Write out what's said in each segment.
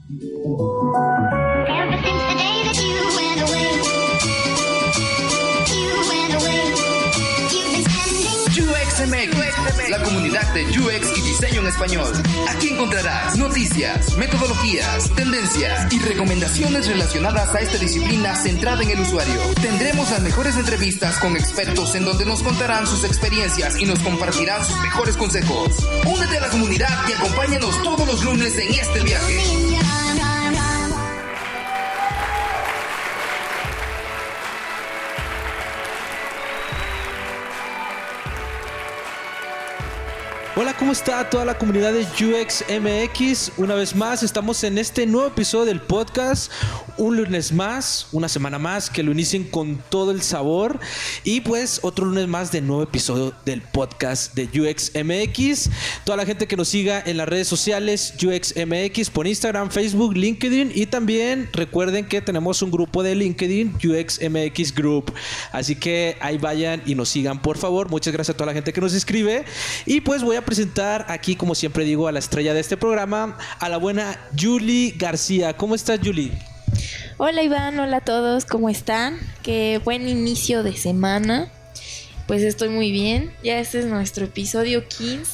Ever since the day that you went away, you've been spending UXMX, la comunidad de UX y diseño en español. Aquí encontrarás noticias, metodologías, tendencias y recomendaciones relacionadas a esta disciplina centrada en el usuario. Tendremos las mejores entrevistas con expertos en donde nos contarán sus experiencias y nos compartirán sus mejores consejos. Únete a la comunidad y acompáñanos todos los lunes en este viaje. Hola, ¿cómo está toda la comunidad de UXMX? Una vez más, estamos en este nuevo episodio del podcast. Un lunes más, una semana más, que lo inicien con todo el sabor. Y pues otro lunes más de nuevo episodio del podcast de UXMX. Toda la gente que nos siga en las redes sociales, UXMX, por Instagram, Facebook, LinkedIn. Y también recuerden que tenemos un grupo de LinkedIn, UXMX Group. Así que ahí vayan y nos sigan, por favor. Muchas gracias a toda la gente que nos escribe. Y pues voy a presentar aquí, como siempre digo, a la estrella de este programa, a la buena Julie García. ¿Cómo estás, Julie? Hola Iván, hola a todos, ¿cómo están? Qué buen inicio de semana. Pues estoy muy bien. Ya este es nuestro episodio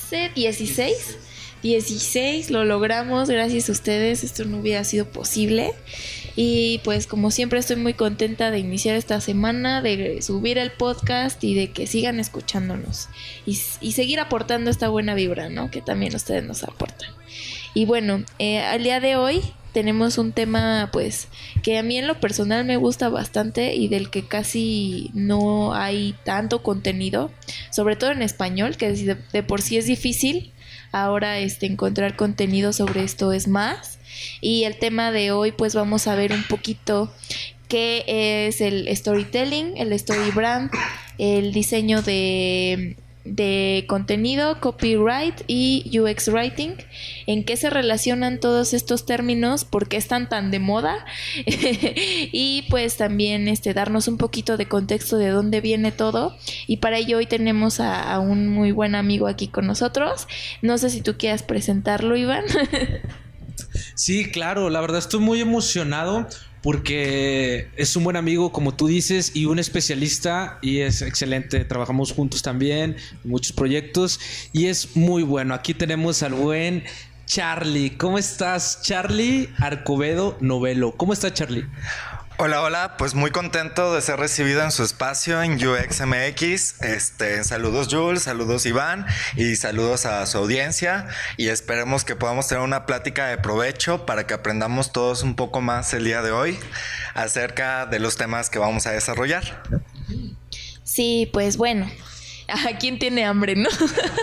16, lo logramos, gracias a ustedes, esto no hubiera sido posible. Y pues como siempre estoy muy contenta de iniciar esta semana, de subir el podcast y de que sigan escuchándonos y seguir aportando esta buena vibra, ¿no? Que también ustedes nos aportan. Y bueno, al día de hoy tenemos un tema pues que a mí en lo personal me gusta bastante y del que casi no hay tanto contenido, sobre todo en español, que de por sí es difícil. Ahora encontrar contenido sobre esto es más. Y el tema de hoy pues vamos a ver un poquito qué es el storytelling, el story brand, el diseño de contenido, copyright y UX writing, en qué se relacionan todos estos términos, por qué están tan de moda y pues también darnos un poquito de contexto de dónde viene todo. Y para ello hoy tenemos a un muy buen amigo aquí con nosotros. No sé si tú quieras presentarlo, Iván. Sí, claro, la verdad estoy muy emocionado porque es un buen amigo, como tú dices, y un especialista, y es excelente. Trabajamos juntos también en muchos proyectos y es muy bueno. Aquí tenemos al buen Charlie. ¿Cómo estás, Charlie Arcobedo Novelo? ¿Cómo está, Charlie? Hola, pues muy contento de ser recibido en su espacio en UXMX. Saludos Jules, saludos Iván y saludos a su audiencia, y esperemos que podamos tener una plática de provecho para que aprendamos todos un poco más el día de hoy acerca de los temas que vamos a desarrollar. Sí, pues bueno, ¿a quién tiene hambre, no?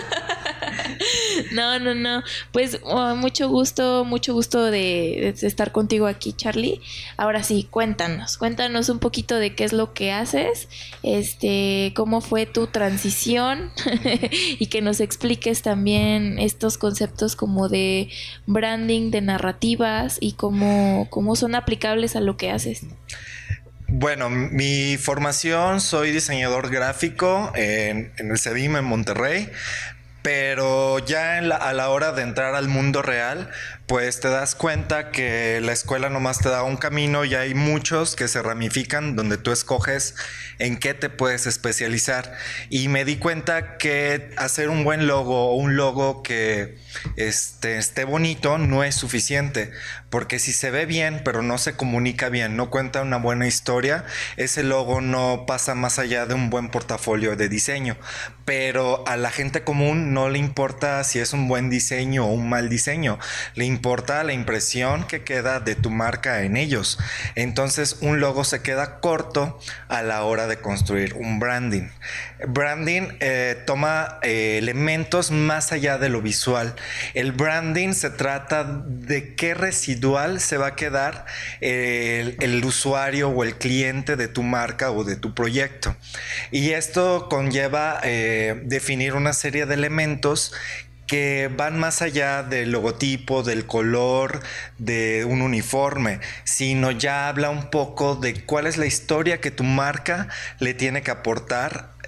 No. Pues mucho gusto de estar contigo aquí, Charlie. Ahora sí, cuéntanos un poquito de qué es lo que haces, cómo fue tu transición y que nos expliques también estos conceptos como de branding, de narrativas y cómo son aplicables a lo que haces. Bueno, mi formación, soy diseñador gráfico en el CEDIM en Monterrey. Pero ya a la hora de entrar al mundo real, pues te das cuenta que la escuela nomás te da un camino y hay muchos que se ramifican donde tú escoges en qué te puedes especializar. Y me di cuenta que hacer un buen logo o un logo que esté bonito no es suficiente, porque si se ve bien pero no se comunica bien, no cuenta una buena historia, ese logo no pasa más allá de un buen portafolio de diseño. Pero a la gente común no le importa si es un buen diseño o un mal diseño, le importa la impresión que queda de tu marca en ellos. Entonces un logo se queda corto a la hora de construir un branding. Branding toma elementos más allá de lo visual. El branding se trata de qué residual se va a quedar el usuario o el cliente de tu marca o de tu proyecto. Y esto conlleva definir una serie de elementos que van más allá del logotipo, del color, de un uniforme, sino ya habla un poco de cuál es la historia que tu marca le tiene que aportar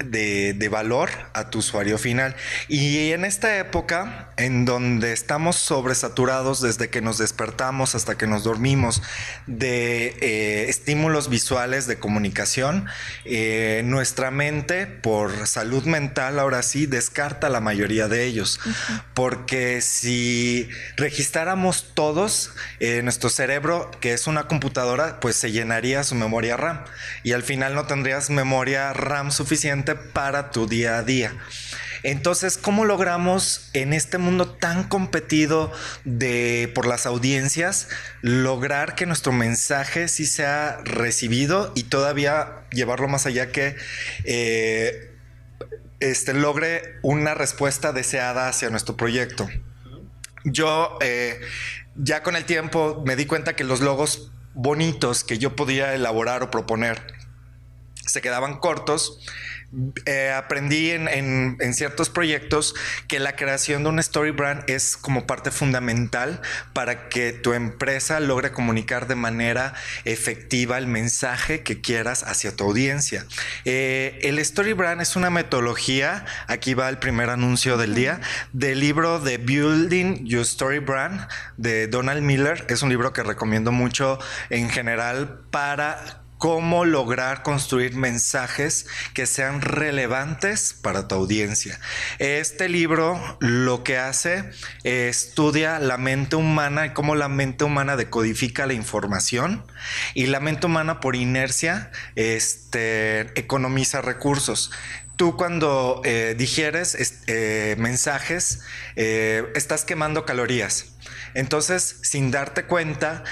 de valor a tu usuario final. Y en esta época en donde estamos sobresaturados desde que nos despertamos hasta que nos dormimos de estímulos visuales de comunicación, nuestra mente, por salud mental, ahora sí descarta la mayoría de ellos. Porque si registráramos todos, nuestro cerebro, que es una computadora, pues se llenaría su memoria RAM y al final no tendrías memoria RAM suficiente para tu día a día. Entonces, ¿cómo logramos en este mundo tan competido por las audiencias lograr que nuestro mensaje sí sea recibido y todavía llevarlo más allá, que logre una respuesta deseada hacia nuestro proyecto? Yo ya con el tiempo me di cuenta que los logos bonitos que yo podía elaborar o proponer se quedaban cortos. Aprendí en ciertos proyectos que la creación de un story brand es como parte fundamental para que tu empresa logre comunicar de manera efectiva el mensaje que quieras hacia tu audiencia. El story brand es una metodología, aquí va el primer anuncio del día, del libro de Building Your Story Brand de Donald Miller. Es un libro que recomiendo mucho en general para cómo lograr construir mensajes que sean relevantes para tu audiencia. Este libro lo que hace estudia la mente humana y cómo la mente humana decodifica la información, y la mente humana por inercia economiza recursos. Tú cuando digieres mensajes, estás quemando calorías. Entonces, sin darte cuenta,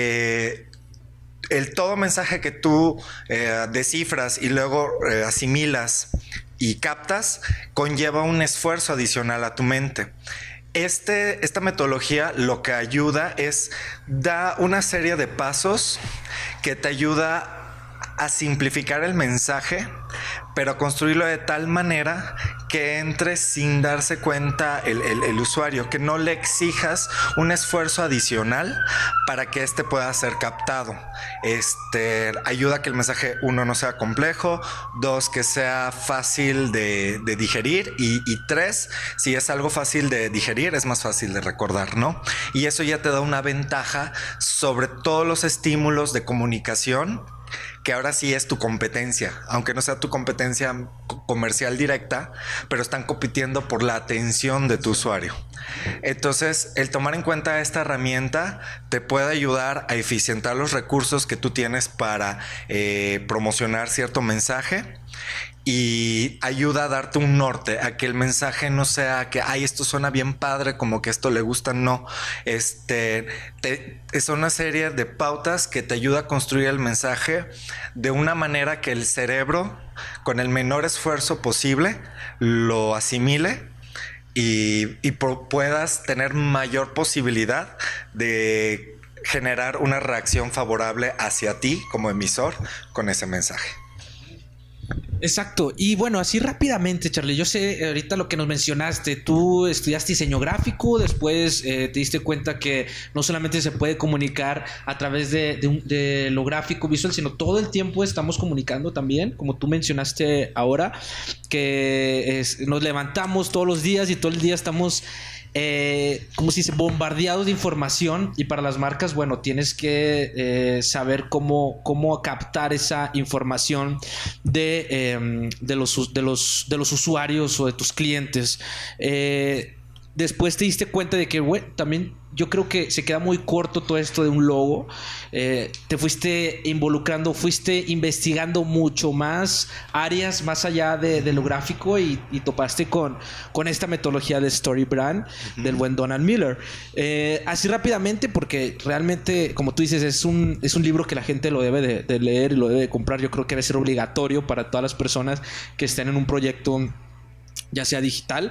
todo mensaje que tú descifras y luego asimilas y captas conlleva un esfuerzo adicional a tu mente. Esta metodología lo que ayuda da una serie de pasos que te ayuda a simplificar el mensaje, pero a construirlo de tal manera que entre sin darse cuenta el usuario, que no le exijas un esfuerzo adicional para que pueda ser captado. Ayuda a que el mensaje, 1, no sea complejo, 2, que sea fácil de digerir, y 3, si es algo fácil de digerir, es más fácil de recordar, ¿no? Y eso ya te da una ventaja sobre todos los estímulos de comunicación, que ahora sí es tu competencia, aunque no sea tu competencia comercial directa, pero están compitiendo por la atención de tu usuario. Entonces, el tomar en cuenta esta herramienta te puede ayudar a eficientar los recursos que tú tienes para promocionar cierto mensaje, y ayuda a darte un norte, a que el mensaje no sea que, ay, esto suena bien padre, como que esto le gusta. No, es una serie de pautas que te ayuda a construir el mensaje de una manera que el cerebro, con el menor esfuerzo posible, lo asimile y puedas tener mayor posibilidad de generar una reacción favorable hacia ti como emisor con ese mensaje. Exacto. Y bueno, así rápidamente, Charlie, yo sé ahorita lo que nos mencionaste. Tú estudiaste diseño gráfico, después te diste cuenta que no solamente se puede comunicar a través de lo gráfico visual, sino todo el tiempo estamos comunicando también, como tú mencionaste ahora, que nos levantamos todos los días y todo el día estamos como se dice, bombardeados de información, y para las marcas, bueno, tienes que saber cómo captar esa información de los usuarios o de tus clientes. Después te diste cuenta de que, también yo creo que se queda muy corto todo esto de un logo. Te fuiste involucrando, fuiste investigando mucho más áreas más allá de lo gráfico, y topaste con esta metodología de Story Brand del buen Donald Miller. Así rápidamente, porque realmente, como tú dices, es un libro que la gente lo debe de leer y lo debe de comprar. Yo creo que debe ser obligatorio para todas las personas que estén en un proyecto, ya sea digital.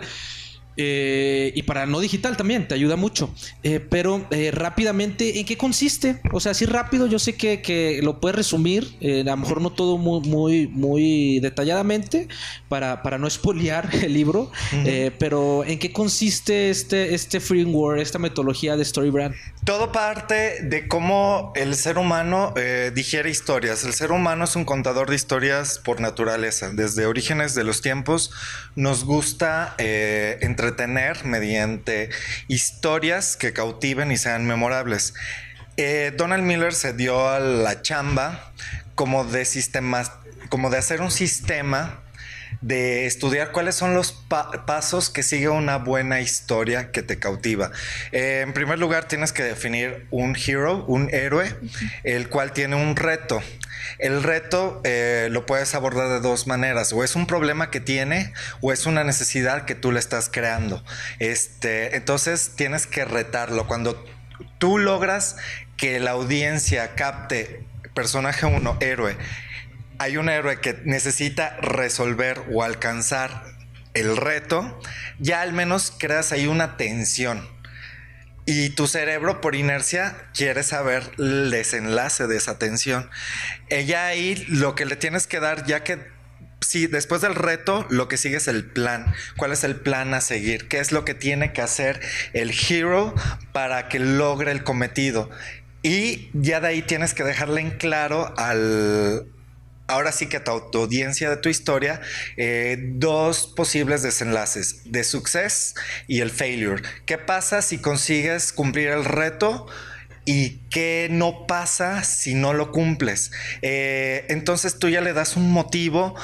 Y para no digital también te ayuda mucho, pero rápidamente, ¿en qué consiste? O sea, así rápido, yo sé que lo puedes resumir, a lo mejor no todo muy detalladamente para no spoilear el libro. Pero ¿en qué consiste este framework, esta metodología de Story Brand? Todo parte de cómo el ser humano digiere historias. El ser humano es un contador de historias por naturaleza. Desde orígenes de los tiempos nos gusta entretener mediante historias que cautiven y sean memorables. Donald Miller se dio a la chamba como de hacer un sistema de estudiar cuáles son los pasos que sigue una buena historia que te cautiva. En primer lugar, tienes que definir un hero, un héroe, el cual tiene un reto. El reto lo puedes abordar de dos maneras: o es un problema que tiene, o es una necesidad que tú le estás creando. Entonces tienes que retarlo. Cuando tú logras que la audiencia capte personaje 1, héroe, hay un héroe que necesita resolver o alcanzar el reto, ya al menos creas ahí una tensión. Y tu cerebro, por inercia, quiere saber el desenlace de esa tensión. Ya ahí lo que le tienes que dar, ya que sí, después del reto, lo que sigue es el plan. ¿Cuál es el plan a seguir? ¿Qué es lo que tiene que hacer el hero para que logre el cometido? Y ya de ahí tienes que dejarle en claro ahora sí que a tu audiencia de tu historia, dos posibles desenlaces: de success y el failure. ¿Qué pasa si consigues cumplir el reto? ¿Y qué no pasa si no lo cumples? Entonces tú ya le das un motivo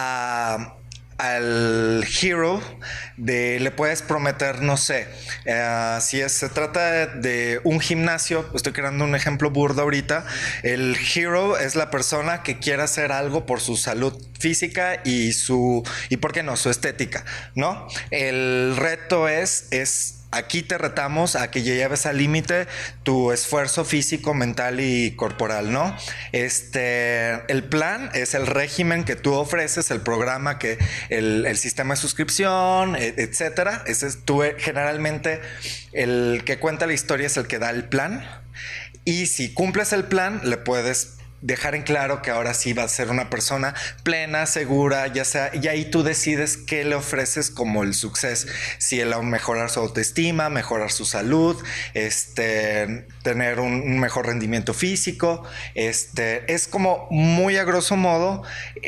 al hero. Le puedes prometer, no sé, si se trata de un gimnasio, estoy creando un ejemplo burdo ahorita. El hero es la persona que quiere hacer algo por su salud física y ¿por qué no?, su estética, ¿no? El reto es aquí te retamos a que lleves al límite tu esfuerzo físico, mental y corporal, ¿no? El plan es el régimen que tú ofreces, el programa que el sistema de suscripción, etcétera. Generalmente el que cuenta la historia es el que da el plan. Y si cumples el plan, le puedes dejar en claro que ahora sí va a ser una persona plena, segura, ya sea, y ahí tú decides qué le ofreces como el suceso. Si el mejorar su autoestima, mejorar su salud, tener un mejor rendimiento físico. Es como muy a grosso modo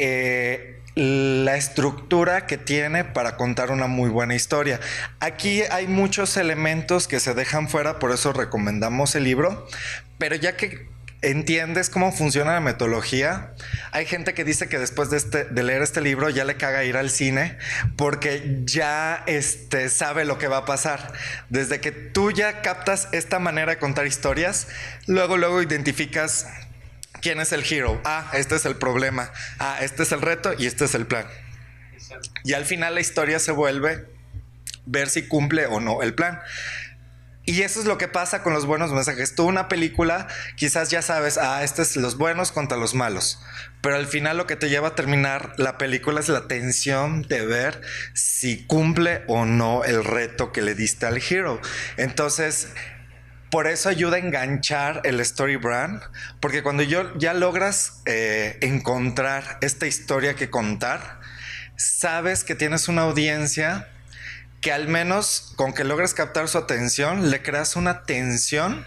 la estructura que tiene para contar una muy buena historia. Aquí hay muchos elementos que se dejan fuera, por eso recomendamos el libro. Pero ya que entiendes cómo funciona la metodología, hay gente que dice que después de leer este libro ya le caga ir al cine porque ya sabe lo que va a pasar. Desde que tú ya captas esta manera de contar historias, luego identificas quién es el hero. Este es el problema. Este es el reto y este es el plan. Y al final la historia se vuelve ver si cumple o no el plan. Y eso es lo que pasa con los buenos mensajes. Tú, una película, quizás ya sabes, es los buenos contra los malos. Pero al final lo que te lleva a terminar la película es la tensión de ver si cumple o no el reto que le diste al hero. Entonces, por eso ayuda a enganchar el story brand. Porque cuando ya logras encontrar esta historia que contar, sabes que tienes una audiencia que al menos con que logres captar su atención, le creas una tensión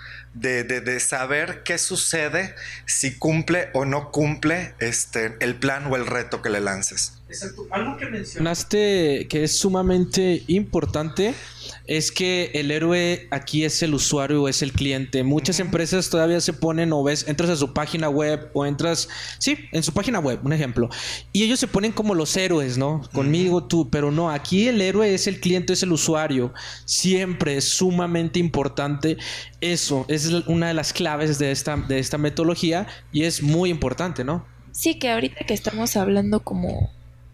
de saber qué sucede si cumple o no cumple el plan o el reto que le lances. Exacto. Algo que mencionaste que es sumamente importante es que el héroe aquí es el usuario o es el cliente. Muchas empresas todavía se ponen, entras a su página web o entras, en su página web, un ejemplo, y ellos se ponen como los héroes, ¿no? Conmigo, tú, pero no, aquí el héroe es el cliente, es el usuario. Siempre es sumamente importante eso. Es una de las claves de esta metodología y es muy importante, ¿no? Sí, que ahorita que estamos hablando como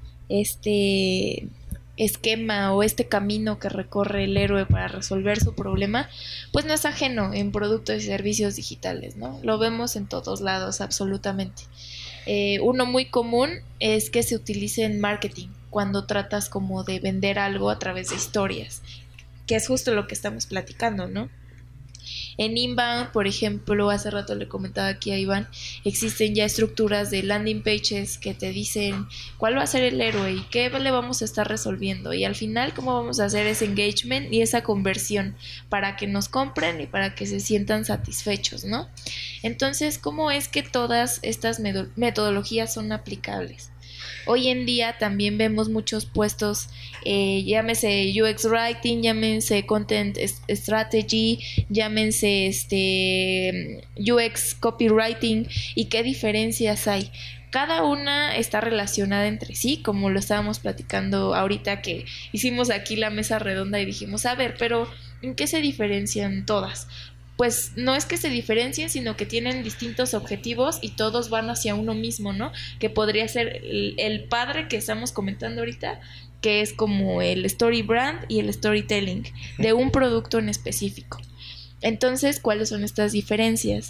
este esquema o este camino que recorre el héroe para resolver su problema, pues no es ajeno en productos y servicios digitales, ¿no? Lo vemos en todos lados, absolutamente. Uno muy común es que se utilice en marketing cuando tratas como de vender algo a través de historias, que es justo lo que estamos platicando, ¿no? En Inbound, por ejemplo, hace rato le comentaba aquí a Iván, existen ya estructuras de landing pages que te dicen cuál va a ser el héroe y qué le vamos a estar resolviendo, y al final cómo vamos a hacer ese engagement y esa conversión para que nos compren y para que se sientan satisfechos, ¿no? Entonces, ¿cómo es que todas estas metodologías son aplicables? Hoy en día también vemos muchos puestos, llámese UX Writing, llámense Content Strategy, llámense UX Copywriting, y qué diferencias hay. Cada una está relacionada entre sí, como lo estábamos platicando ahorita que hicimos aquí la mesa redonda y dijimos, a ver, pero ¿en qué se diferencian todas? Pues no es que se diferencien, sino que tienen distintos objetivos y todos van hacia uno mismo, ¿no? Que podría ser el padre que estamos comentando ahorita, que es como el story brand y el storytelling de un producto en específico. Entonces, ¿cuáles son estas diferencias?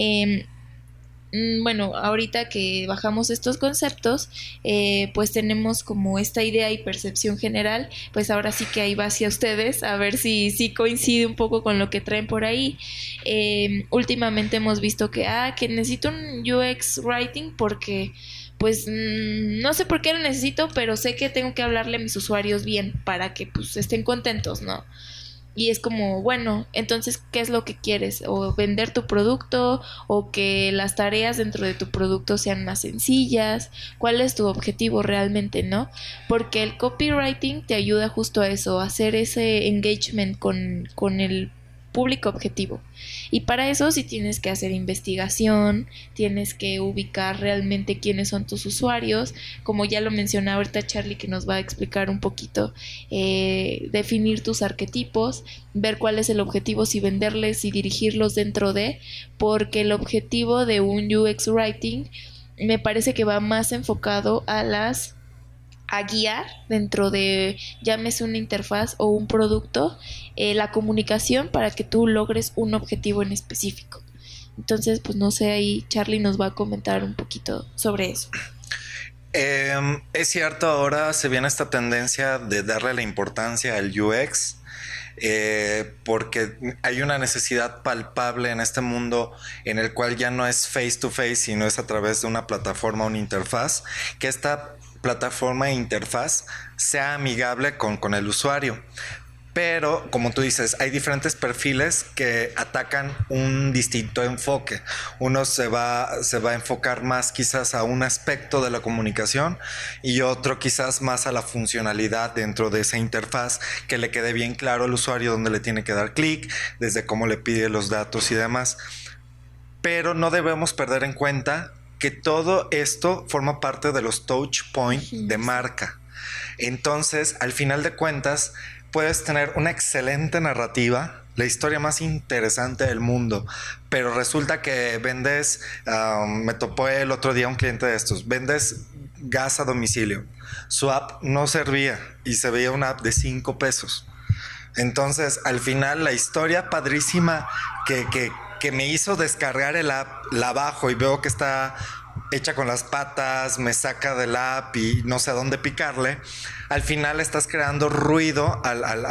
Bueno, ahorita que bajamos estos conceptos, pues tenemos como esta idea y percepción general, pues ahora sí que ahí va hacia ustedes, a ver si coincide un poco con lo que traen por ahí. Últimamente hemos visto que necesito un UX Writing porque pues no sé por qué lo necesito, pero sé que tengo que hablarle a mis usuarios bien para que pues estén contentos, ¿no? Y es como, bueno, entonces, ¿qué es lo que quieres? ¿O vender tu producto? ¿O que las tareas dentro de tu producto sean más sencillas? ¿Cuál es tu objetivo realmente, no? Porque el copywriting te ayuda justo a eso, a hacer ese engagement con el público objetivo. Y para eso sí tienes que hacer investigación, tienes que ubicar realmente quiénes son tus usuarios, como ya lo mencionaba ahorita Charlie, que nos va a explicar un poquito, definir tus arquetipos, ver cuál es el objetivo, si venderles y dirigirlos dentro de, porque el objetivo de un UX Writing me parece que va más enfocado a guiar dentro de, llámese una interfaz o un producto, la comunicación para que tú logres un objetivo en específico. Entonces, pues no sé, ahí Charlie nos va a comentar un poquito sobre eso. Es cierto, ahora se viene esta tendencia de darle la importancia al UX, porque hay una necesidad palpable en este mundo en el cual ya no es face to face, sino es a través de una plataforma, una interfaz, que esta plataforma e interfaz sea amigable con el usuario. Pero, como tú dices, hay diferentes perfiles que atacan un distinto enfoque. Uno se va a enfocar más quizás a un aspecto de la comunicación y otro quizás más a la funcionalidad dentro de esa interfaz, que le quede bien claro al usuario dónde le tiene que dar clic, desde cómo le pide los datos y demás. Pero no debemos perder en cuenta que todo esto forma parte de los touch point de marca. Entonces, al final de cuentas, puedes tener una excelente narrativa, la historia más interesante del mundo, pero resulta que vendes, me topó el otro día un cliente de estos, vendes gas a domicilio. Su app no servía y se veía una app de 5 pesos. Entonces, al final, la historia padrísima que me hizo descargar el app, la bajo y veo que está hecha con las patas, me saca del app y no sé a dónde picarle. Al final estás creando ruido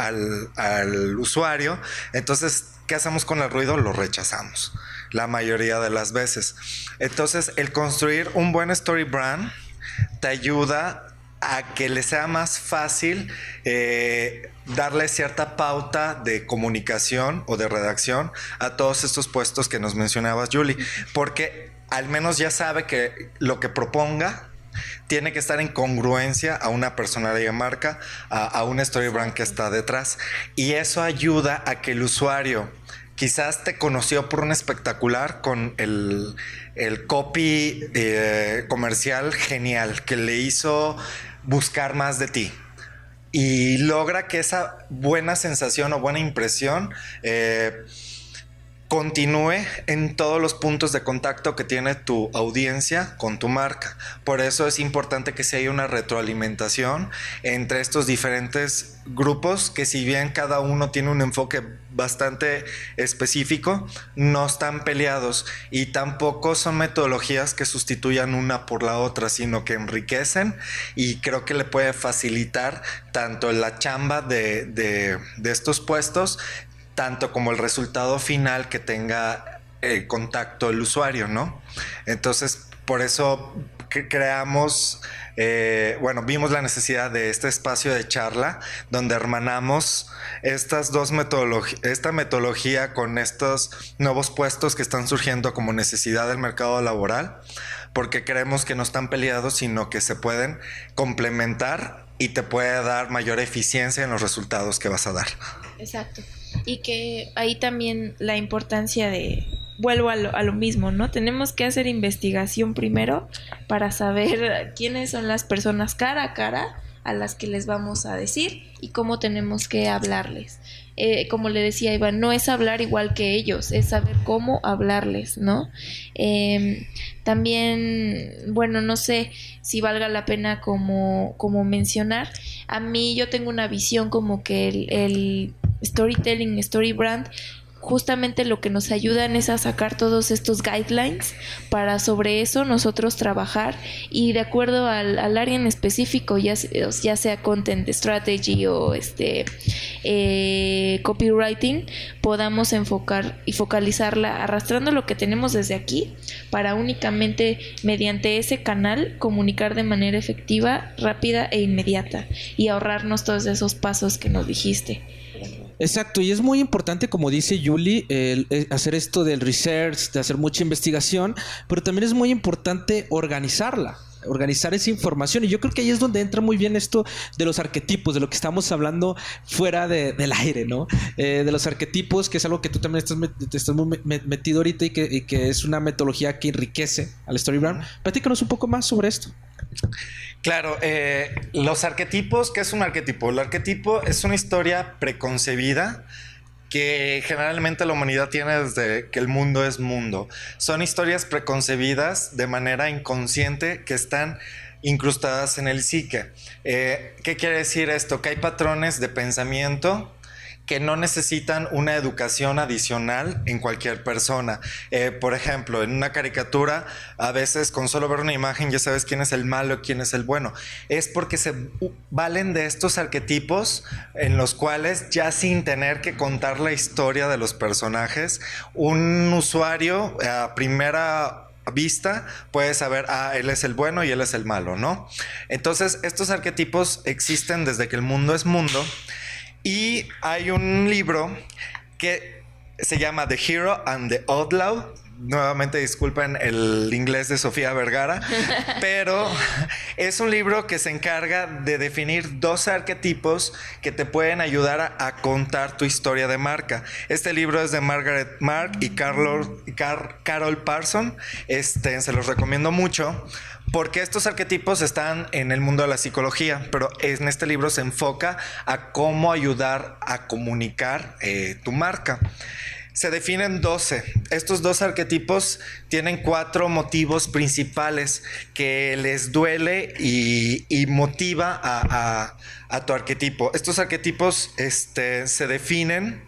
al usuario. Entonces, ¿qué hacemos con el ruido? Lo rechazamos la mayoría de las veces. Entonces, el construir un buen story brand te ayuda a que le sea más fácil darle cierta pauta de comunicación o de redacción a todos estos puestos que nos mencionabas, Julie, porque al menos ya sabe que lo que proponga tiene que estar en congruencia a una personalidad de marca, a un story brand que está detrás, y eso ayuda a que el usuario quizás te conoció por un espectacular con el copy comercial genial que le hizo buscar más de ti, y logra que esa buena sensación o buena impresión continúe en todos los puntos de contacto que tiene tu audiencia con tu marca. Por eso es importante que se haya una retroalimentación entre estos diferentes grupos, que si bien cada uno tiene un enfoque bastante específico, no están peleados y tampoco son metodologías que sustituyan una por la otra, sino que enriquecen, y creo que le puede facilitar tanto la chamba de estos puestos, tanto como el resultado final que tenga el contacto el usuario, ¿no? Entonces, por eso creamos, vimos la necesidad de este espacio de charla donde hermanamos esta metodología con estos nuevos puestos que están surgiendo como necesidad del mercado laboral, porque creemos que no están peleados, sino que se pueden complementar y te puede dar mayor eficiencia en los resultados que vas a dar. Exacto. Y que ahí también la importancia de, vuelvo a lo mismo, ¿no? Tenemos que hacer investigación primero para saber quiénes son las personas cara a cara a las que les vamos a decir y cómo tenemos que hablarles. Como le decía Iván, no es hablar igual que ellos, es saber cómo hablarles, ¿no? También, bueno, no sé si valga la pena como mencionar. A mí yo tengo una visión como que el storytelling, story brand, justamente lo que nos ayudan es a sacar todos estos guidelines para sobre eso nosotros trabajar y de acuerdo al área en específico, ya sea content strategy o copywriting, podamos enfocar y focalizarla arrastrando lo que tenemos desde aquí para únicamente mediante ese canal comunicar de manera efectiva, rápida e inmediata y ahorrarnos todos esos pasos que nos dijiste. Exacto, y es muy importante, como dice Julie, hacer esto del research, de hacer mucha investigación, pero también es muy importante organizar esa información, y yo creo que ahí es donde entra muy bien esto de los arquetipos, de lo que estamos hablando fuera del aire, ¿no? De los arquetipos, que es algo que tú también estás muy metido ahorita y que es una metodología que enriquece al StoryBrand. Platícanos un poco más sobre esto. Claro, los arquetipos, ¿qué es un arquetipo? El arquetipo es una historia preconcebida que generalmente la humanidad tiene desde que el mundo es mundo. Son historias preconcebidas de manera inconsciente que están incrustadas en el psique. ¿Qué quiere decir esto? Que hay patrones de pensamiento que no necesitan una educación adicional en cualquier persona. Por ejemplo, en una caricatura, a veces con solo ver una imagen ya sabes quién es el malo y quién es el bueno. Es porque se valen de estos arquetipos en los cuales, ya sin tener que contar la historia de los personajes, un usuario a primera vista puede saber, él es el bueno y él es el malo, ¿no? Entonces, estos arquetipos existen desde que el mundo es mundo. Y hay un libro que se llama The Hero and the Outlaw. Nuevamente disculpen el inglés de Sofía Vergara, pero es un libro que se encarga de definir 12 arquetipos que te pueden ayudar a contar tu historia de marca. Este libro es de Margaret Mark y Carol Parson. Se los recomiendo mucho, porque estos arquetipos están en el mundo de la psicología, pero en este libro se enfoca a cómo ayudar a comunicar tu marca. Se definen 12. Estos 12 arquetipos tienen 4 motivos principales que les duele y motiva a tu arquetipo. Estos arquetipos se definen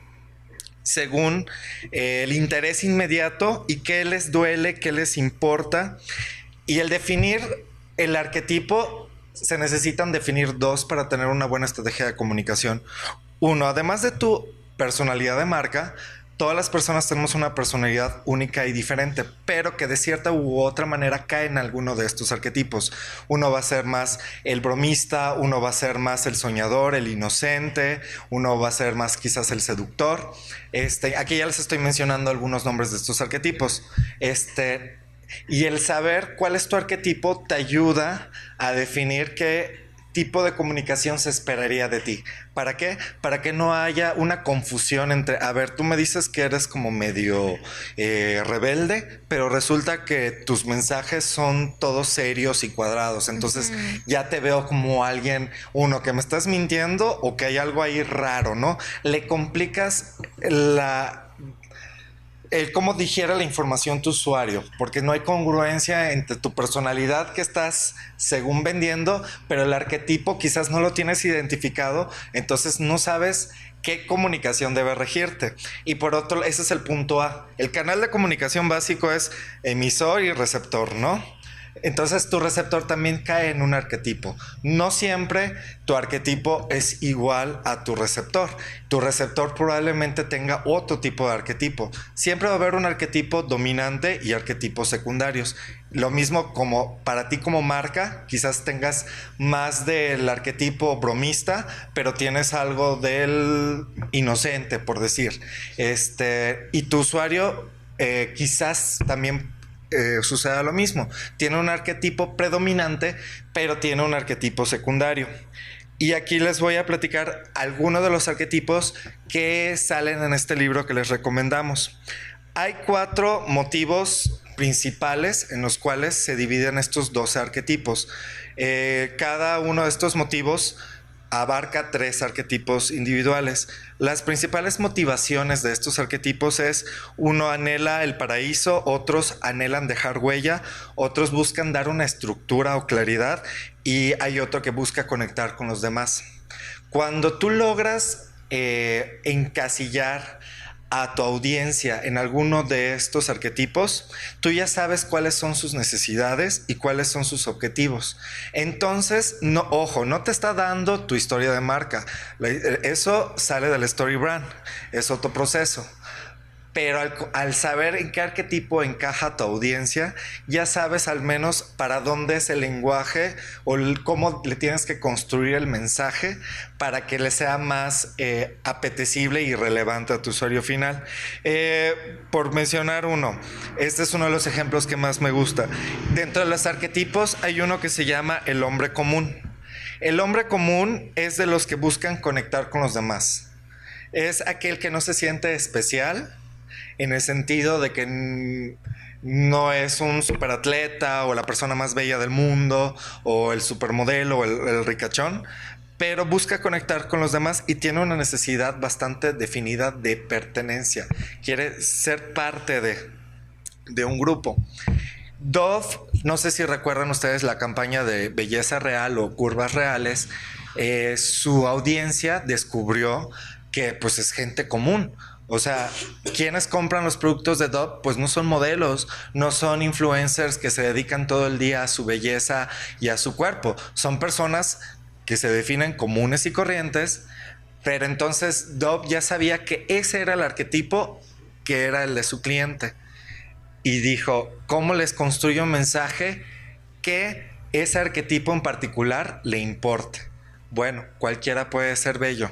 según el interés inmediato y qué les duele, qué les importa. Y el definir el arquetipo, se necesitan definir 2 para tener una buena estrategia de comunicación. 1, además de tu personalidad de marca, todas las personas tenemos una personalidad única y diferente, pero que de cierta u otra manera cae en alguno de estos arquetipos. Uno va a ser más el bromista, uno va a ser más el soñador, el inocente, uno va a ser más quizás el seductor. Aquí ya les estoy mencionando algunos nombres de estos arquetipos. Y el saber cuál es tu arquetipo te ayuda a definir qué tipo de comunicación se esperaría de ti. ¿Para qué? Para que no haya una confusión entre, tú me dices que eres como medio rebelde, pero resulta que tus mensajes son todos serios y cuadrados. Entonces ya te veo como alguien, que me estás mintiendo o que hay algo ahí raro, ¿no? Le complicas el cómo digiere la información tu usuario, porque no hay congruencia entre tu personalidad que estás según vendiendo, pero el arquetipo quizás no lo tienes identificado, entonces no sabes qué comunicación debe regirte. Y por otro, ese es el punto A. El canal de comunicación básico es emisor y receptor, ¿no? Entonces tu receptor también cae en un arquetipo. No siempre tu arquetipo es igual a tu receptor. Tu receptor probablemente tenga otro tipo de arquetipo. Siempre va a haber un arquetipo dominante y arquetipos secundarios. Lo mismo como para ti como marca, quizás tengas más del arquetipo bromista, pero tienes algo del inocente, por decir. Y tu usuario quizás también suceda lo mismo. Tiene un arquetipo predominante, pero tiene un arquetipo secundario. Y aquí les voy a platicar algunos de los arquetipos que salen en este libro que les recomendamos. Hay 4 motivos principales en los cuales se dividen estos 12 arquetipos. Cada uno de estos motivos abarca 3 arquetipos individuales. Las principales motivaciones de estos arquetipos es: uno anhela el paraíso, otros anhelan dejar huella, otros buscan dar una estructura o claridad, y hay otro que busca conectar con los demás. Cuando tú logras encasillar a tu audiencia en alguno de estos arquetipos, tú ya sabes cuáles son sus necesidades y cuáles son sus objetivos. Entonces, no te está dando tu historia de marca. Eso sale del Story Brand, es otro proceso. Pero al saber en qué arquetipo encaja tu audiencia, ya sabes al menos para dónde es el lenguaje o cómo le tienes que construir el mensaje para que le sea más apetecible y relevante a tu usuario final. Por mencionar uno, este es uno de los ejemplos que más me gusta. Dentro de los arquetipos hay uno que se llama el hombre común. El hombre común es de los que buscan conectar con los demás. Es aquel que no se siente especial, en el sentido de que no es un superatleta o la persona más bella del mundo o el supermodelo o el ricachón, pero busca conectar con los demás y tiene una necesidad bastante definida de pertenencia. Quiere ser parte de un grupo. Dove, no sé si recuerdan ustedes la campaña de belleza real o curvas reales. Su audiencia descubrió que pues es gente común. O sea, quienes compran los productos de Dove, pues no son modelos, no son influencers que se dedican todo el día a su belleza y a su cuerpo. Son personas que se definen comunes y corrientes, pero entonces Dove ya sabía que ese era el arquetipo que era el de su cliente. Y dijo, ¿cómo les construyo un mensaje que ese arquetipo en particular le importe? Bueno, cualquiera puede ser bello.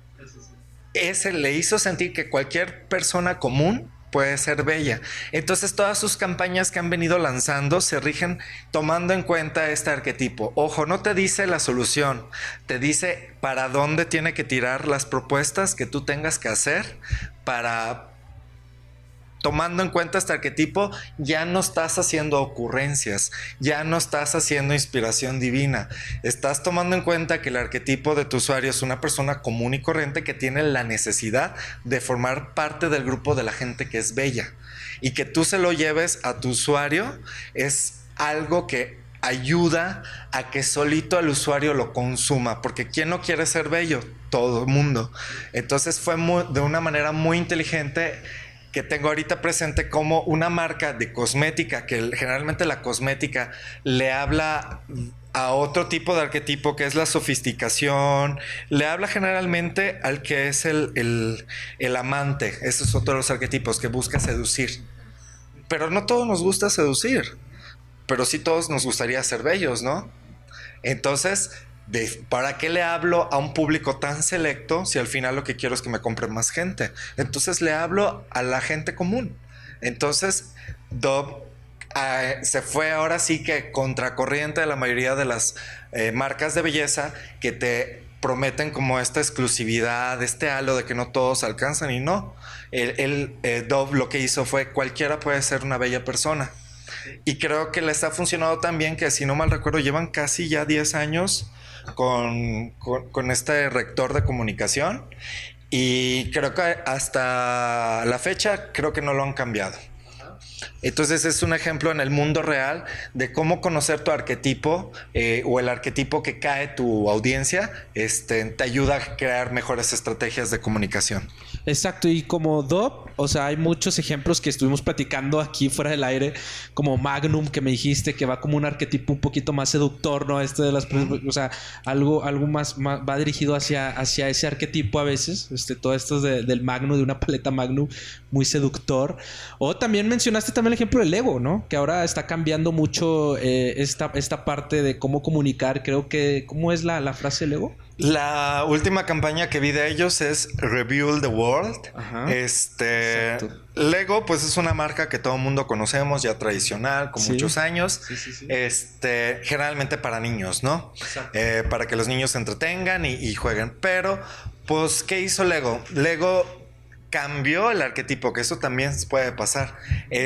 Ese le hizo sentir que cualquier persona común puede ser bella. Entonces todas sus campañas que han venido lanzando se rigen tomando en cuenta este arquetipo. Ojo, no te dice la solución, te dice para dónde tiene que tirar las propuestas que tú tengas que hacer para... Tomando en cuenta este arquetipo, ya no estás haciendo ocurrencias, ya no estás haciendo inspiración divina. Estás tomando en cuenta que el arquetipo de tu usuario es una persona común y corriente que tiene la necesidad de formar parte del grupo de la gente que es bella. Y que tú se lo lleves a tu usuario es algo que ayuda a que solito el usuario lo consuma, porque ¿quién no quiere ser bello? Todo el mundo. Entonces fue de una manera muy inteligente que tengo ahorita presente como una marca de cosmética, que generalmente la cosmética le habla a otro tipo de arquetipo que es la sofisticación, le habla generalmente al que es el amante. Ese es otro de los arquetipos que busca seducir. Pero no todos nos gusta seducir, pero sí todos nos gustaría ser bellos, ¿no? Entonces, ¿para qué le hablo a un público tan selecto si al final lo que quiero es que me compre más gente? Entonces le hablo a la gente común. Entonces Dove se fue ahora sí que contracorriente de la mayoría de las marcas de belleza que te prometen como esta exclusividad, este halo de que no todos alcanzan, y no. Dove lo que hizo fue cualquiera puede ser una bella persona. Y creo que les ha funcionado tan bien que, si no mal recuerdo, llevan casi ya 10 años con este rector de comunicación, y creo que hasta la fecha creo que no lo han cambiado. Entonces es un ejemplo en el mundo real de cómo conocer tu arquetipo o el arquetipo que cae tu audiencia te ayuda a crear mejores estrategias de comunicación. Exacto, y como DOP, o sea, hay muchos ejemplos que estuvimos platicando aquí fuera del aire, como Magnum, que me dijiste que va como un arquetipo un poquito más seductor, ¿no? De las, o sea, algo más va dirigido hacia ese arquetipo a veces, todo esto del Magnum, de una paleta Magnum muy seductor. O también mencionaste también el ejemplo del Lego, ¿no? Que ahora está cambiando mucho esta parte de cómo comunicar. Creo que, ¿cómo es la frase Lego? La última campaña que vi de ellos es Rebuild the World. Ajá. Exacto. Lego, pues es una marca que todo el mundo conocemos, ya tradicional, con muchos años. Sí. Generalmente para niños, ¿no? Para que los niños se entretengan y jueguen. Pero, pues, ¿qué hizo Lego? Lego cambió el arquetipo, que eso también puede pasar.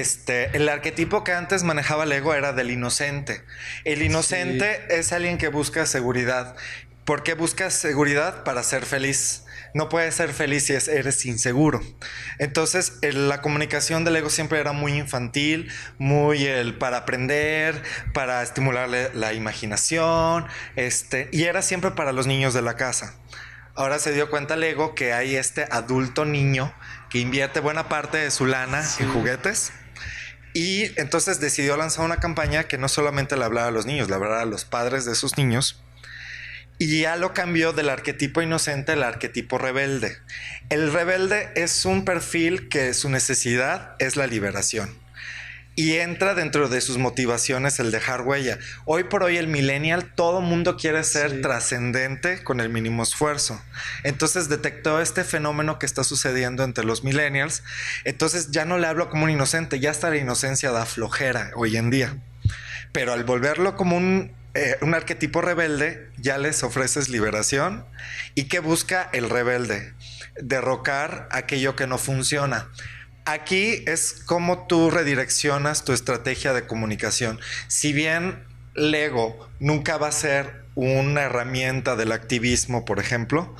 El arquetipo que antes manejaba Lego era del inocente. El inocente es alguien que busca seguridad. ¿Por qué buscas seguridad? Para ser feliz. No puedes ser feliz si eres inseguro. Entonces, la comunicación del Lego siempre era muy infantil, muy para aprender, para estimular la imaginación, y era siempre para los niños de la casa. Ahora se dio cuenta Lego que hay este adulto niño que invierte buena parte de su lana en juguetes. Y entonces decidió lanzar una campaña que no solamente le hablara a los niños, le hablara a los padres de esos niños. Y ya lo cambió del arquetipo inocente al arquetipo rebelde. El rebelde es un perfil que su necesidad es la liberación. Y entra dentro de sus motivaciones el dejar huella. Hoy por hoy el millennial, todo mundo quiere ser trascendente con el mínimo esfuerzo. Entonces detectó este fenómeno que está sucediendo entre los millennials. Entonces ya no le hablo como un inocente, ya hasta la inocencia da flojera hoy en día. Pero al volverlo como un arquetipo rebelde, ya les ofreces liberación. ¿Y qué busca el rebelde? Derrocar aquello que no funciona. Aquí es como tú redireccionas tu estrategia de comunicación. Si bien Lego nunca va a ser una herramienta del activismo, por ejemplo,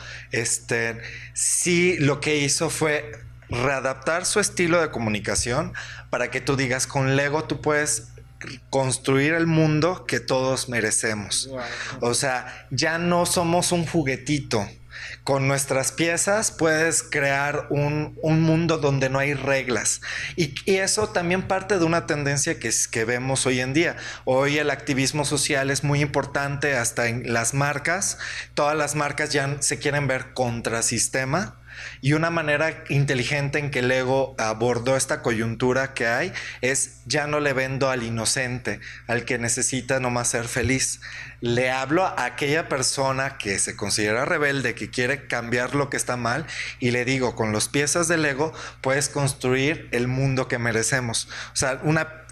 sí lo que hizo fue readaptar su estilo de comunicación para que tú digas, con Lego tú puedes construir el mundo que todos merecemos. O sea, ya no somos un juguetito. Con nuestras piezas puedes crear un mundo donde no hay reglas. Y eso también parte de una tendencia que vemos hoy en día. Hoy el activismo social es muy importante hasta en las marcas. Todas las marcas ya se quieren ver contrasistema. Y una manera inteligente en que Lego abordó esta coyuntura que hay es: ya no le vendo al inocente, al que necesita nomás ser feliz. Le hablo a aquella persona que se considera rebelde, que quiere cambiar lo que está mal, y le digo, con las piezas de Lego puedes construir el mundo que merecemos. O sea,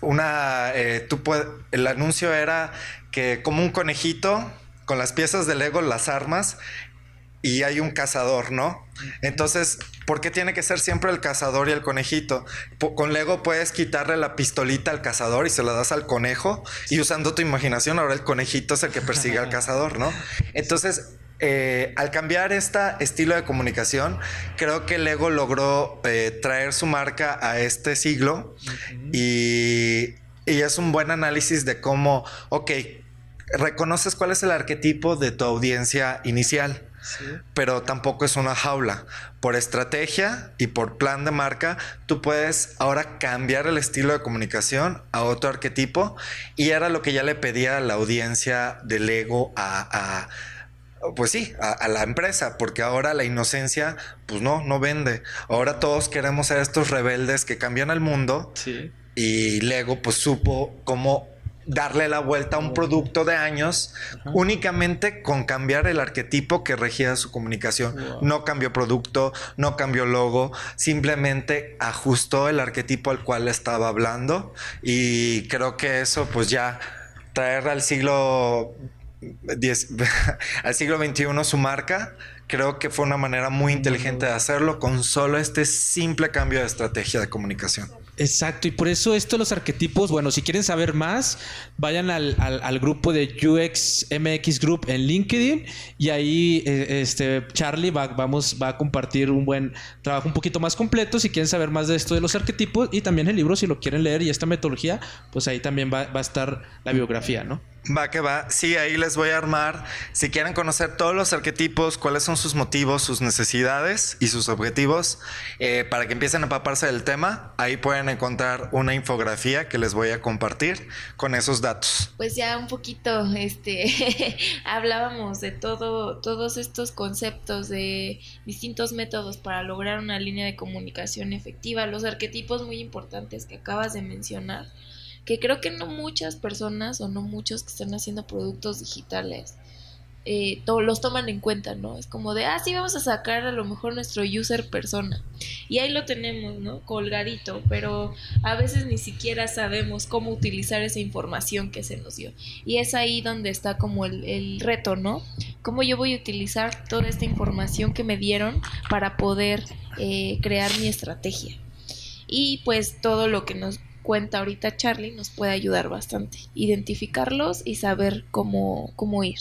el anuncio era que como un conejito, con las piezas de Lego, las armas, y hay un cazador, ¿no? Entonces, ¿por qué tiene que ser siempre el cazador y el conejito? Con Lego puedes quitarle la pistolita al cazador y se la das al conejo, y usando tu imaginación, ahora el conejito es el que persigue al cazador, ¿no? Entonces, al cambiar este estilo de comunicación, creo que Lego logró traer su marca a este siglo. Y es un buen análisis de cómo, reconoces cuál es el arquetipo de tu audiencia inicial. Sí. Pero tampoco es una jaula. Por estrategia y por plan de marca, tú puedes ahora cambiar el estilo de comunicación a otro arquetipo. Y era lo que ya le pedía a la audiencia de Lego a la empresa, porque ahora la inocencia pues no vende. Ahora todos queremos ser estos rebeldes que cambian el mundo. Sí. Y Lego pues supo cómo darle la vuelta a un producto de años únicamente con cambiar el arquetipo que regía su comunicación. No cambió producto, no cambió logo, simplemente ajustó el arquetipo al cual estaba hablando. Y creo que eso pues ya traer al siglo XXI su marca, creo que fue una manera muy inteligente de hacerlo con solo este simple cambio de estrategia de comunicación. Exacto, y por eso los arquetipos, bueno, si quieren saber más, vayan al grupo de UX MX Group en LinkedIn, y ahí Charlie va a compartir un buen trabajo un poquito más completo si quieren saber más de esto de los arquetipos, y también el libro si lo quieren leer, y esta metodología, pues ahí también va a estar la biografía, ¿no? Va que va. Sí, ahí les voy a armar. Si quieren conocer todos los arquetipos, cuáles son sus motivos, sus necesidades y sus objetivos, para que empiecen a empaparse del tema, ahí pueden encontrar una infografía que les voy a compartir con esos datos. Pues ya un poquito, hablábamos de todos estos conceptos, de distintos métodos para lograr una línea de comunicación efectiva, los arquetipos muy importantes que acabas de mencionar, que creo que no muchas personas o no muchos que están haciendo productos digitales los toman en cuenta, ¿no? Es como de, sí, vamos a sacar a lo mejor nuestro user persona. Y ahí lo tenemos, ¿no? Colgadito, pero a veces ni siquiera sabemos cómo utilizar esa información que se nos dio. Y es ahí donde está como el reto, ¿no? ¿Cómo yo voy a utilizar toda esta información que me dieron para poder crear mi estrategia? Y pues todo lo que nos cuenta ahorita Charlie nos puede ayudar bastante. Identificarlos y saber cómo ir.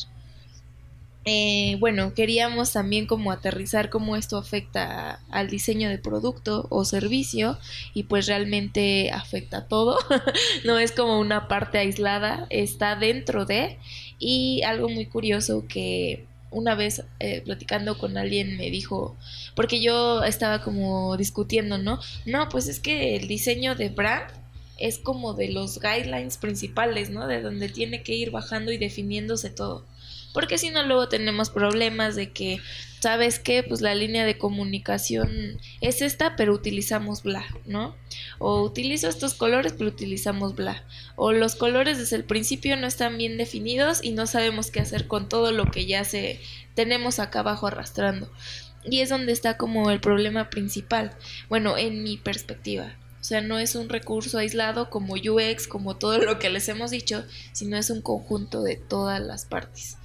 Bueno, queríamos también como aterrizar cómo esto afecta al diseño de producto o servicio, y pues realmente afecta a todo. No es como una parte aislada, está dentro de. Y algo muy curioso que una vez platicando con alguien me dijo, porque yo estaba como discutiendo, ¿no? No, pues es que el diseño de brand es como de los guidelines principales, ¿no? De donde tiene que ir bajando y definiéndose todo. Porque si no, luego tenemos problemas de que, ¿sabes qué? Pues la línea de comunicación es esta, pero utilizamos bla, ¿no? O utilizo estos colores, pero utilizamos bla. O los colores desde el principio no están bien definidos y no sabemos qué hacer con todo lo que ya tenemos acá abajo arrastrando. Y es donde está como el problema principal. Bueno, en mi perspectiva. O sea, no es un recurso aislado como UX, como todo lo que les hemos dicho, sino es un conjunto de todas las partes.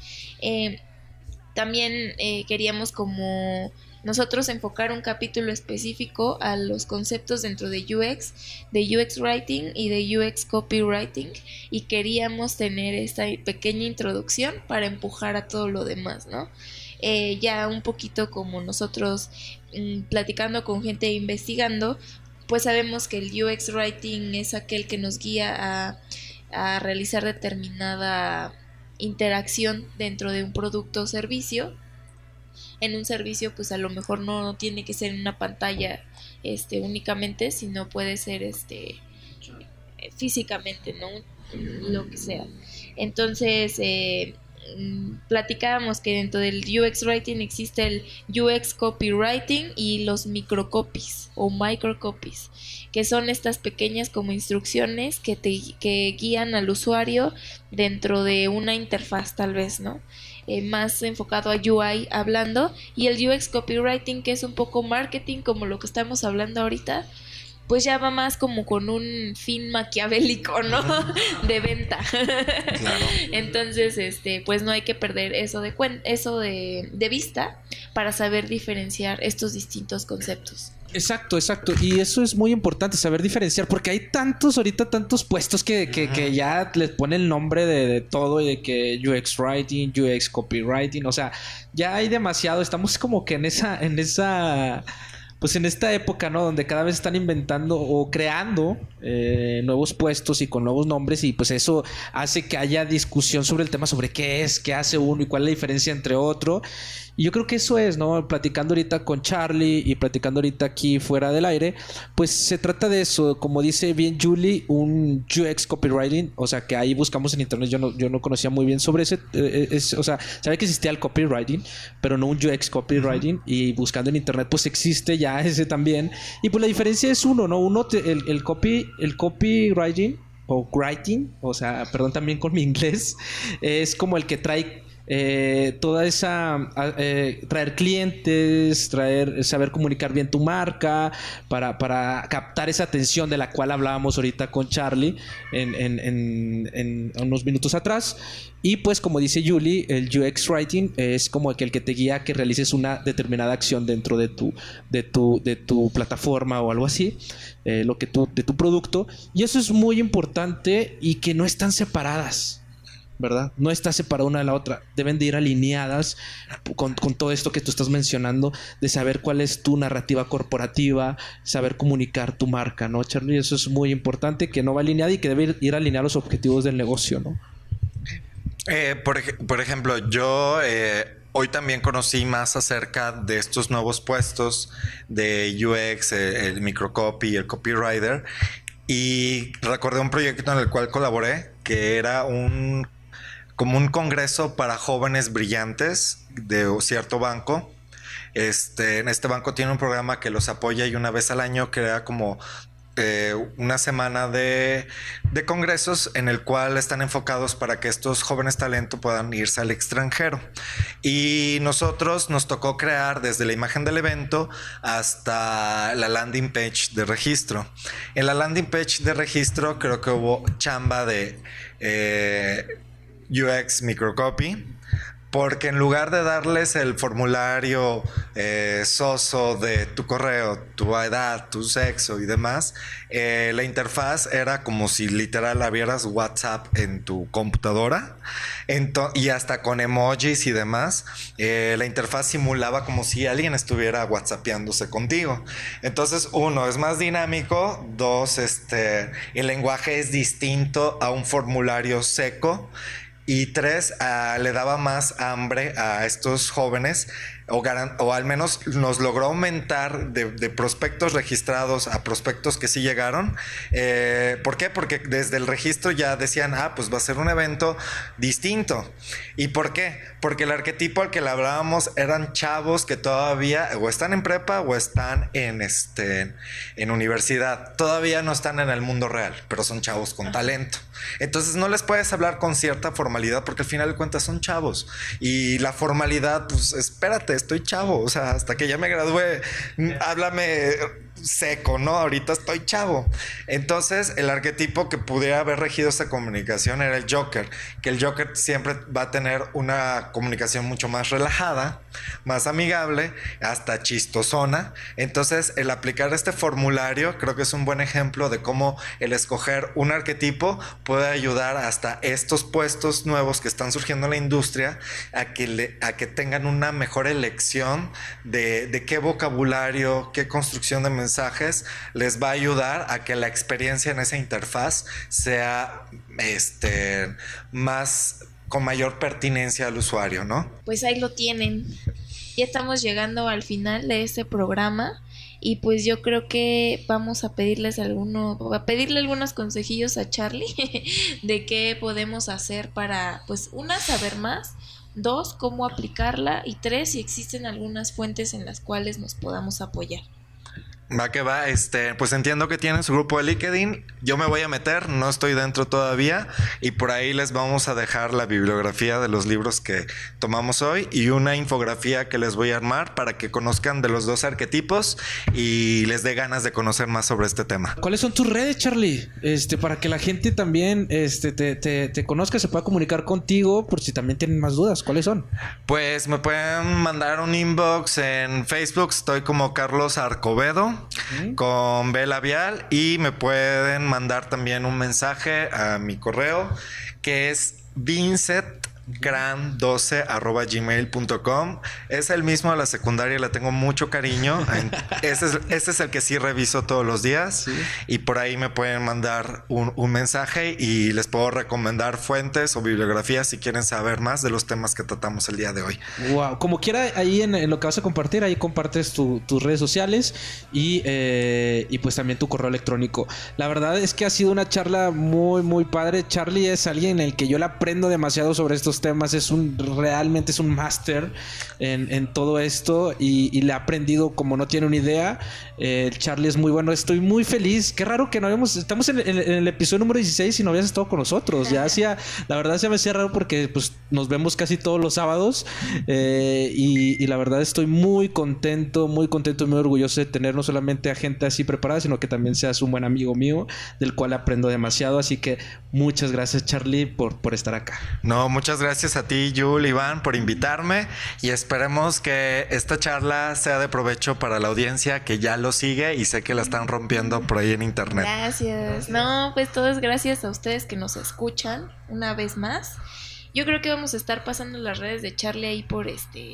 También queríamos como nosotros enfocar un capítulo específico a los conceptos dentro de UX Writing y de UX Copywriting, y queríamos tener esta pequeña introducción para empujar a todo lo demás, ¿no? Ya un poquito como nosotros platicando con gente e investigando, pues sabemos que el UX Writing es aquel que nos guía a realizar determinada interacción dentro de un producto o servicio. En un servicio pues a lo mejor no tiene que ser en una pantalla únicamente, sino puede ser físicamente, ¿no? Lo que sea. Entonces platicábamos que dentro del UX Writing existe el UX Copywriting y los microcopies o microcopies, que son estas pequeñas como instrucciones que guían al usuario dentro de una interfaz tal vez, ¿no? Más enfocado a UI hablando, y el UX Copywriting, que es un poco marketing como lo que estamos hablando ahorita, pues ya va más como con un fin maquiavélico, ¿no? De venta. Claro. Entonces, pues no hay que perder eso de vista para saber diferenciar estos distintos conceptos. Exacto. Y eso es muy importante, saber diferenciar, porque hay tantos puestos que ya les ponen el nombre de todo, y de que UX Writing, UX Copywriting, o sea, ya hay demasiado. Estamos como que en esa pues en esta época, ¿no? Donde cada vez están inventando o creando nuevos puestos y con nuevos nombres, y pues eso hace que haya discusión sobre el tema, sobre qué hace uno y cuál es la diferencia entre otro. Y yo creo que eso es, ¿no? Platicando ahorita con Charlie y platicando ahorita aquí fuera del aire, pues se trata de eso, como dice bien Julie, un UX Copywriting, o sea, que ahí buscamos en internet. Yo no conocía muy bien sobre ese, o sea, sabía que existía el copywriting, pero no un UX Copywriting, y buscando en internet pues existe ya ese también. Y pues la diferencia es uno, ¿no? El copywriting o writing, o sea, perdón también con mi inglés, es como el que trae toda esa traer clientes, saber comunicar bien tu marca para captar esa atención de la cual hablábamos ahorita con Charlie en unos minutos atrás. Y pues como dice Julie, el UX Writing es como el que te guía a que realices una determinada acción dentro de tu plataforma o algo así, de tu producto. Y eso es muy importante, y que no están separadas, ¿verdad? No está separada una de la otra. Deben de ir alineadas con todo esto que tú estás mencionando, de saber cuál es tu narrativa corporativa, saber comunicar tu marca, ¿no, Charlie? Eso es muy importante, que no va alineada y que debe ir alineada a los objetivos del negocio, ¿no? Por ejemplo, yo hoy también conocí más acerca de estos nuevos puestos de UX, el microcopy, el copywriter, y recordé un proyecto en el cual colaboré, que era como un congreso para jóvenes brillantes de cierto banco. En este banco tiene un programa que los apoya y una vez al año crea como una semana de congresos en el cual están enfocados para que estos jóvenes talentos puedan irse al extranjero. Y nosotros nos tocó crear desde la imagen del evento hasta la landing page de registro. En la landing page de registro creo que hubo chamba de UX microcopy, porque en lugar de darles el formulario soso de tu correo, tu edad, tu sexo y demás, la interfaz era como si literal vieras WhatsApp en tu computadora, y hasta con emojis y demás. La interfaz simulaba como si alguien estuviera whatsappeándose contigo. Entonces, uno, es más dinámico. Dos, el lenguaje es distinto a un formulario seco. Y tres, le daba más hambre a estos jóvenes, o al menos nos logró aumentar de prospectos registrados a prospectos que sí llegaron. ¿Por qué? Porque desde el registro ya decían, pues va a ser un evento distinto. ¿Y por qué? Porque el arquetipo al que le hablábamos eran chavos que todavía o están en prepa o están en universidad. Todavía no están en el mundo real, pero son chavos con talento. Entonces no les puedes hablar con cierta formalidad porque al final de cuentas son chavos. Y la formalidad, pues espérate, estoy chavo. O sea, hasta que ya me gradúe, háblame seco, ¿no? Ahorita estoy chavo. Entonces el arquetipo que pudiera haber regido esa comunicación era el Joker, que el Joker siempre va a tener una comunicación mucho más relajada, más amigable, hasta chistosona. Entonces el aplicar este formulario creo que es un buen ejemplo de cómo el escoger un arquetipo puede ayudar hasta estos puestos nuevos que están surgiendo en la industria a que tengan una mejor elección de qué vocabulario, qué construcción de mensajes les va a ayudar a que la experiencia en esa interfaz sea más con mayor pertinencia al usuario, ¿no? Pues ahí lo tienen. Ya estamos llegando al final de este programa y pues yo creo que vamos a pedirle algunos consejillos a Charlie de qué podemos hacer para, pues, una, saber más, dos, cómo aplicarla, y tres, si existen algunas fuentes en las cuales nos podamos apoyar. Va que va, pues entiendo que tienen su grupo de LinkedIn. Yo me voy a meter, no estoy dentro todavía, y por ahí les vamos a dejar la bibliografía de los libros que tomamos hoy y una infografía que les voy a armar para que conozcan de los dos arquetipos y les dé ganas de conocer más sobre este tema. ¿Cuáles son tus redes, Charlie? Para que la gente también te conozca, se pueda comunicar contigo por si también tienen más dudas. ¿Cuáles son? Pues me pueden mandar un inbox en Facebook, estoy como Carlos Arcobedo, con B labial, y me pueden mandar también un mensaje a mi correo que es vincetgran12@gmail.com. Es el mismo de la secundaria, le tengo mucho cariño. Ese es el que sí reviso todos los días. ¿Sí? Y por ahí me pueden mandar un mensaje y les puedo recomendar fuentes o bibliografías si quieren saber más de los temas que tratamos el día de hoy. Wow, como quiera, ahí en lo que vas a compartir, ahí compartes tus redes sociales y pues también tu correo electrónico. La verdad es que ha sido una charla muy, muy padre. Charlie es alguien en el que yo le aprendo demasiado sobre estos temas, realmente es un máster en todo esto y le ha aprendido como no tiene una idea. Charlie es muy bueno, estoy muy feliz. Qué raro que estamos en el episodio número 16 y no habías estado con nosotros. La verdad se me hacía raro porque pues nos vemos casi todos los sábados, y la verdad estoy muy contento y muy orgulloso de tener no solamente a gente así preparada, sino que también seas un buen amigo mío del cual aprendo demasiado. Así que muchas gracias, Charlie, por estar acá. No, muchas gracias a ti, Yul, Iván, por invitarme, y esperemos que esta charla sea de provecho para la audiencia que ya lo sigue y sé que la están rompiendo por ahí en internet. Gracias. No, pues todo es gracias a ustedes que nos escuchan una vez más. Yo creo que vamos a estar pasando las redes de Charlie ahí por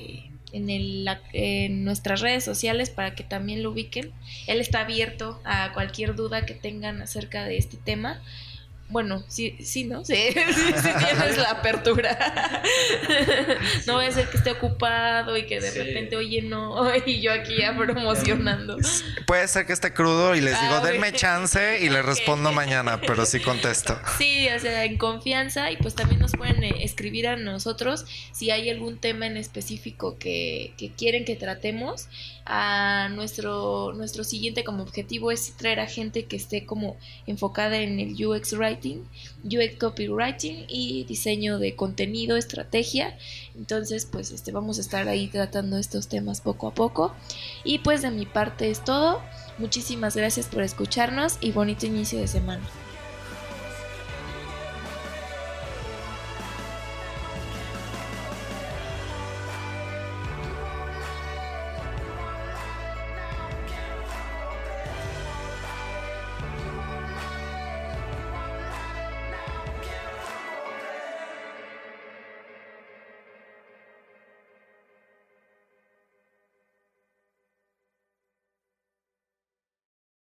en nuestras redes sociales para que también lo ubiquen. Él está abierto a cualquier duda que tengan acerca de este tema. Bueno, sí, ¿no? Sí, sí tienes la apertura. No voy a ser que esté ocupado y que de repente, oye, no, y yo aquí ya promocionando. Puede ser que esté crudo y les digo, denme bueno. chance y les respondo mañana, pero sí contesto. Sí, o sea, en confianza, y pues también nos pueden escribir a nosotros si hay algún tema en específico que quieren que tratemos. A nuestro siguiente como objetivo es traer a gente que esté como enfocada en el UX Writing, UX Copywriting y diseño de contenido, estrategia. Entonces, pues vamos a estar ahí tratando estos temas poco a poco. Y pues de mi parte es todo. Muchísimas gracias por escucharnos y bonito inicio de semana.